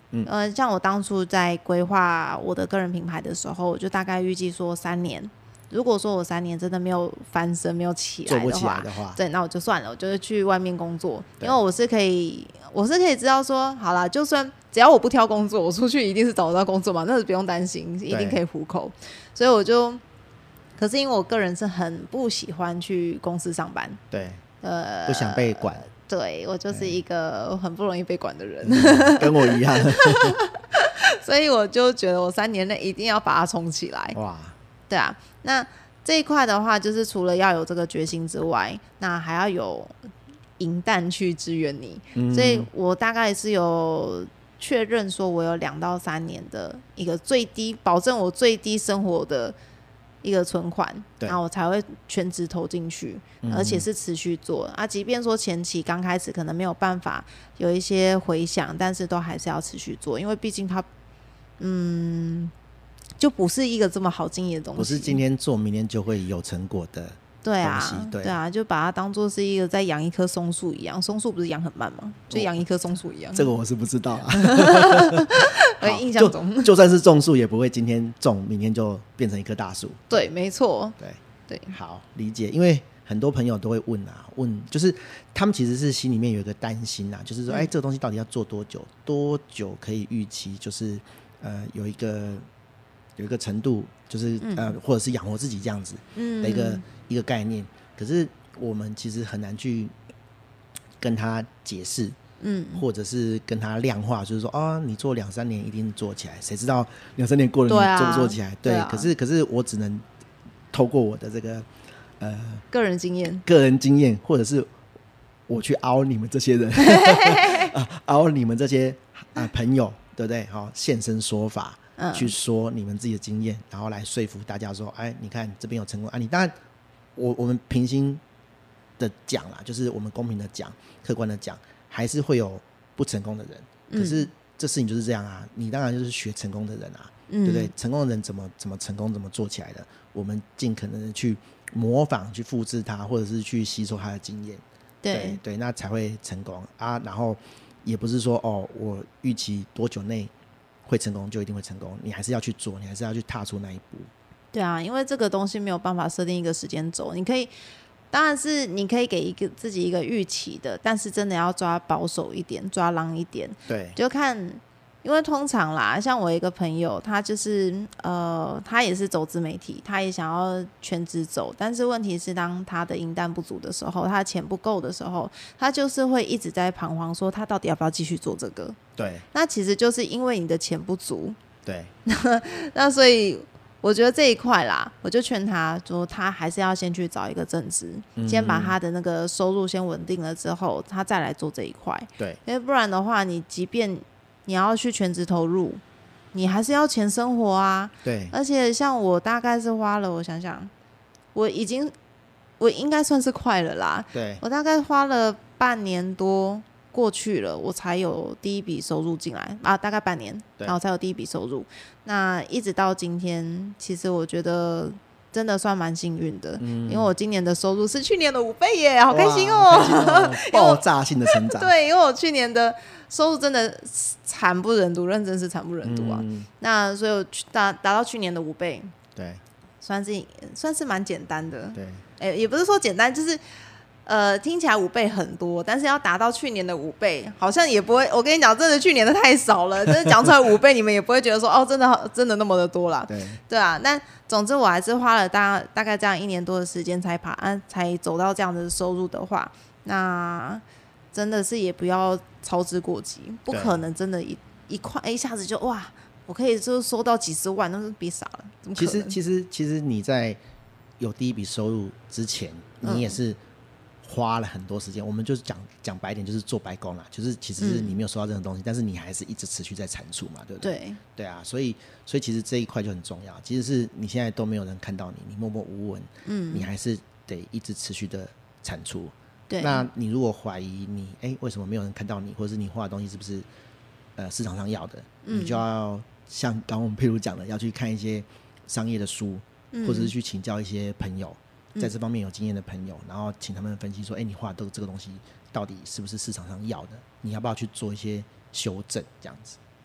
嗯、呃，像我当初在规划我的个人品牌的时候，我就大概预计说三年。如果说我三年真的没有翻身，没有起来的话， 做不起来的话， 对，那我就算了，我就是去外面工作，因为我是可以，我是可以知道说，好啦，就算只要我不挑工作，我出去一定是找得到工作嘛，那是不用担心，一定可以糊口。所以我就，可是因为我个人是很不喜欢去公司上班， 对， 呃， 不想被管。 对，我就是一个很不容易被管的人， 嗯、跟我一样。 所以我就觉得我三年内一定要把它冲起来。 哇， 对啊，那这一块的话，就是除了要有这个决心之外，那还要有银弹去支援你。嗯、所以我大概是有确认说，我有两到三年的一个最低，保证我最低生活的一个存款，然后我才会全职投进去，而且是持续做、嗯、啊。即便说前期刚开始可能没有办法有一些回响，但是都还是要持续做，因为毕竟它，嗯。就不是一个这么好经营的东西， 不是今天做明天就会有成果的东西。 对啊，对啊，就把它当作是一个在养一棵松树一样，松树不是养很慢吗？就养一棵松树一样、哦。 这个我是不知道啊。 我印象中就，就算是种树，也不会今天种，明天就变成一棵大树。 对，没错。 对对， 好理解。因为很多朋友都会问啊，问就是他们其实是心里面有一个担心啊，就是说，哎、嗯，这个东西到底要做多久？多久可以预期？就是呃，有一个。有一个程度，就是、嗯、呃，或者是养活自己这样子的一个、嗯、一个概念。可是我们其实很难去跟他解释，嗯，或者是跟他量化，就是说啊，你做两三年一定做起来，谁知道两三年过了你做不做起来？对，对啊、可是可是我只能透过我的这个呃个人经验， 个人经验，或者是我去凹你们这些人，凹你们这些啊、呃、朋友，对不对？好、哦，现身说法。去说你们自己的经验，然后来说服大家说，哎，你看这边有成功啊！你当然，我我们平心的讲啦，就是我们公平的讲、客观的讲，还是会有不成功的人。可是这事情就是这样啊，你当然就是学成功的人啊，嗯、对不对？成功的人怎么怎么成功，怎么做起来的？我们尽可能的去模仿、去复制他，或者是去吸收他的经验， 对对, 对，那才会成功啊。然后也不是说哦，我预期多久内会成功就一定会成功，你还是要去做，你还是要去踏出那一步。 对啊，因为这个东西没有办法设定一个时间轴，你可以当然是你可以给一个自己一个预期的，但是真的要抓保守一点，抓狼一点。 对， 就看，因为通常啦，像我一个朋友，他就是呃，他也是走自媒体，他也想要全职走，但是问题是，当他的银弹不足的时候，他的钱不够的时候，他就是会一直在彷徨，说他到底要不要继续做这个？ 对，那其实就是因为你的钱不足。 对， 那所以我觉得这一块啦，我就劝他说，他还是要先去找一个正职、嗯，先把他的那个收入先稳定了之后，他再来做这一块。 对， 因为不然的话，你即便你要去全职投入，你还是要钱生活啊。 对， 而且像我大概是花了，我想想，我已经我应该算是快了啦。 对， 我大概花了半年多。过去了，我才有第一笔收入进来啊，大概半年，然后才有第一笔收入。那一直到今天，其实我觉得真的算蛮幸运的、嗯，因为我今年的收入是去年的五倍耶，好开心哦！ 哦爆炸性的成长。 对，因为我去年的收入真的惨不忍睹，认真是惨不忍睹啊。嗯、那所以我达达到去年的五倍， 对， 算是算是蛮简单的。 对， 哎，也不是说简单，就是。呃，听起来五倍很多，但是要达到去年的五倍，好像也不会。我跟你讲，真的去年的太少了，真的讲出来五倍，你们也不会觉得说哦，真的真的那么的多啦。 对对啊，但总之我还是花了大大概这样一年多的时间才爬、啊，才走到这样的收入的话，那真的是也不要操之过急，不可能真的一一块一下子就哇，我可以就收到几十万，那是别傻了。怎么可能？ 其实其实其实你在有第一笔收入之前，你也是、嗯。花了很多时间，我们就是讲讲白点，就是做白工啦。就是其实是你没有收到任何东西、嗯，但是你还是一直持续在产出嘛，对不对？ 对对啊，所以所以其实这一块就很重要。即使是你现在都没有人看到你，你默默无闻，嗯，你还是得一直持续的产出。 对， 那你如果怀疑你，哎，为什么没有人看到你，或者是你画的东西是不是呃市场上要的，嗯、你就要像刚刚我们譬如讲的，要去看一些商业的书，嗯、或者是去请教一些朋友。在这方面有经验的朋友，然后请他们分析说，哎，你画的这个东西到底是不是市场上要的？你要不要去做一些修正？这样子。 对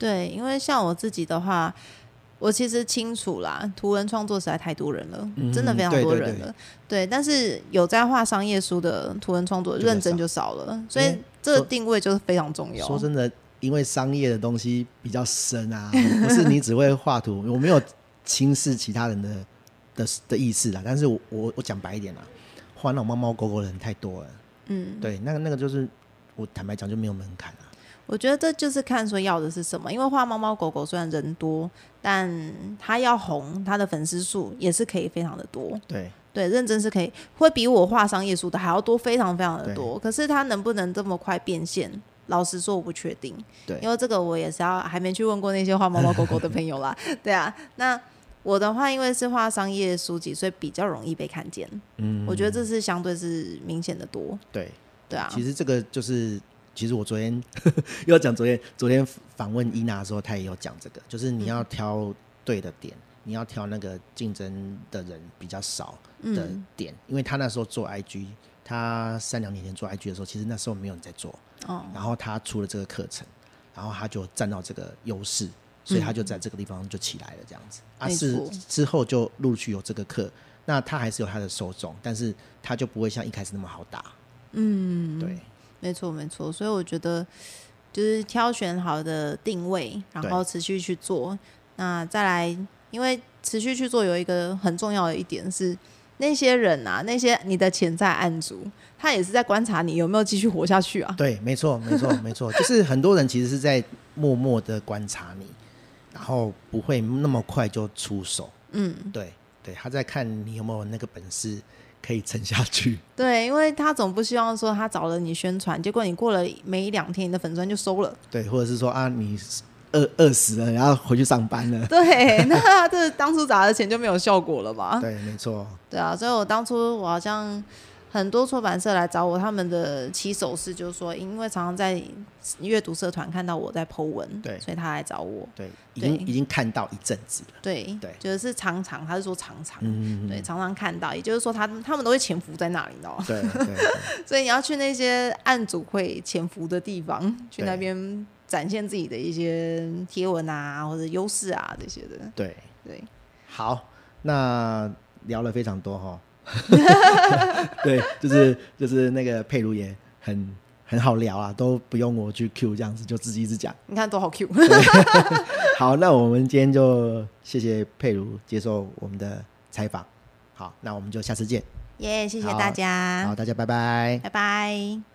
对，因为像我自己的话，我其实清楚啦，图文创作实在太多人了，嗯、真的非常多人了。对, 对, 对, 对，但是有在画商业书的图文创作认真就少了，所以这个定位就是非常重要。 说真的，因为商业的东西比较深啊，不是你只会画图，我没有轻视其他人的 的, 的意思啦，但是我我我讲白一点啦，画那种猫猫狗狗的人太多了。嗯，对，那个那个就是我坦白讲就没有门槛啊。 我觉得这就是看说要的是什么，因为画猫猫狗狗虽然人多，但他要红，他的粉丝数也是可以非常的多。 对对，认真是可以，会比我画商业书的还要多，非常非常的多。可是他能不能这么快变现？老实说我不确定。对，因为这个我也是要还没去问过那些画猫猫狗狗的朋友啦。对啊，那我的话因为是画商业书籍，所以比较容易被看见。嗯，我觉得这是相对是明显的多。 对对啊， 其实这个就是其实我昨天又要讲昨天昨天访问伊娜的时候，她也有讲这个，就是你要挑对的点、嗯、你要挑那个竞争的人比较少的点、嗯、因为她那时候做 I G， 她三两年前做 I G 的时候，其实那时候没有人在做、哦、然后她出了这个课程，然后她就占到这个优势，所以她就在这个地方就起来了这样子、嗯、啊是之后就陆续有这个课，那她还是有她的受众，但是她就不会像一开始那么好打。嗯，对， 没错没错，所以我觉得就是挑选好的定位，然后持续去做。那再来，因为持续去做有一个很重要的一点是，那些人啊，那些你的潜在案主，他也是在观察你有没有继续活下去啊。 对，没错没错没错，就是很多人其实是在默默的观察你，然后不会那么快就出手。嗯，对对，他在看你有没有那个本事可以撑下去。 对，因为他总不希望说他找了你宣传，结果你过了没一两天你的粉专就收了。 对，或者是说啊你饿饿死了，然后回去上班了。 对，那这当初砸的钱就没有效果了嘛。 对，没错。 对啊，所以我当初我好像很多出版社来找我，他们的起手式就是说，因为常常在阅读社团看到我在 po 文，对，所以他来找我。 对，已经已经看到一阵子了。 对对，就是常常，他是说常常，嗯、对，常常看到，也就是说他他们都会潜伏在那里，你知道吗？ 对 对, 对。 所以你要去那些案主会潜伏的地方，去那边展现自己的一些贴文啊，或者优势啊这些的。 对对， 好，那聊了非常多哈。对，就是就是那个佩如也很很好聊啊，都不用我去 Q， 这样子就自己一直讲。 你看多好 Q。 好，那我们今天就谢谢佩如接受我们的采访。好，那我们就下次见。 耶、yeah, 谢谢大家。 好，大家拜拜。 拜拜。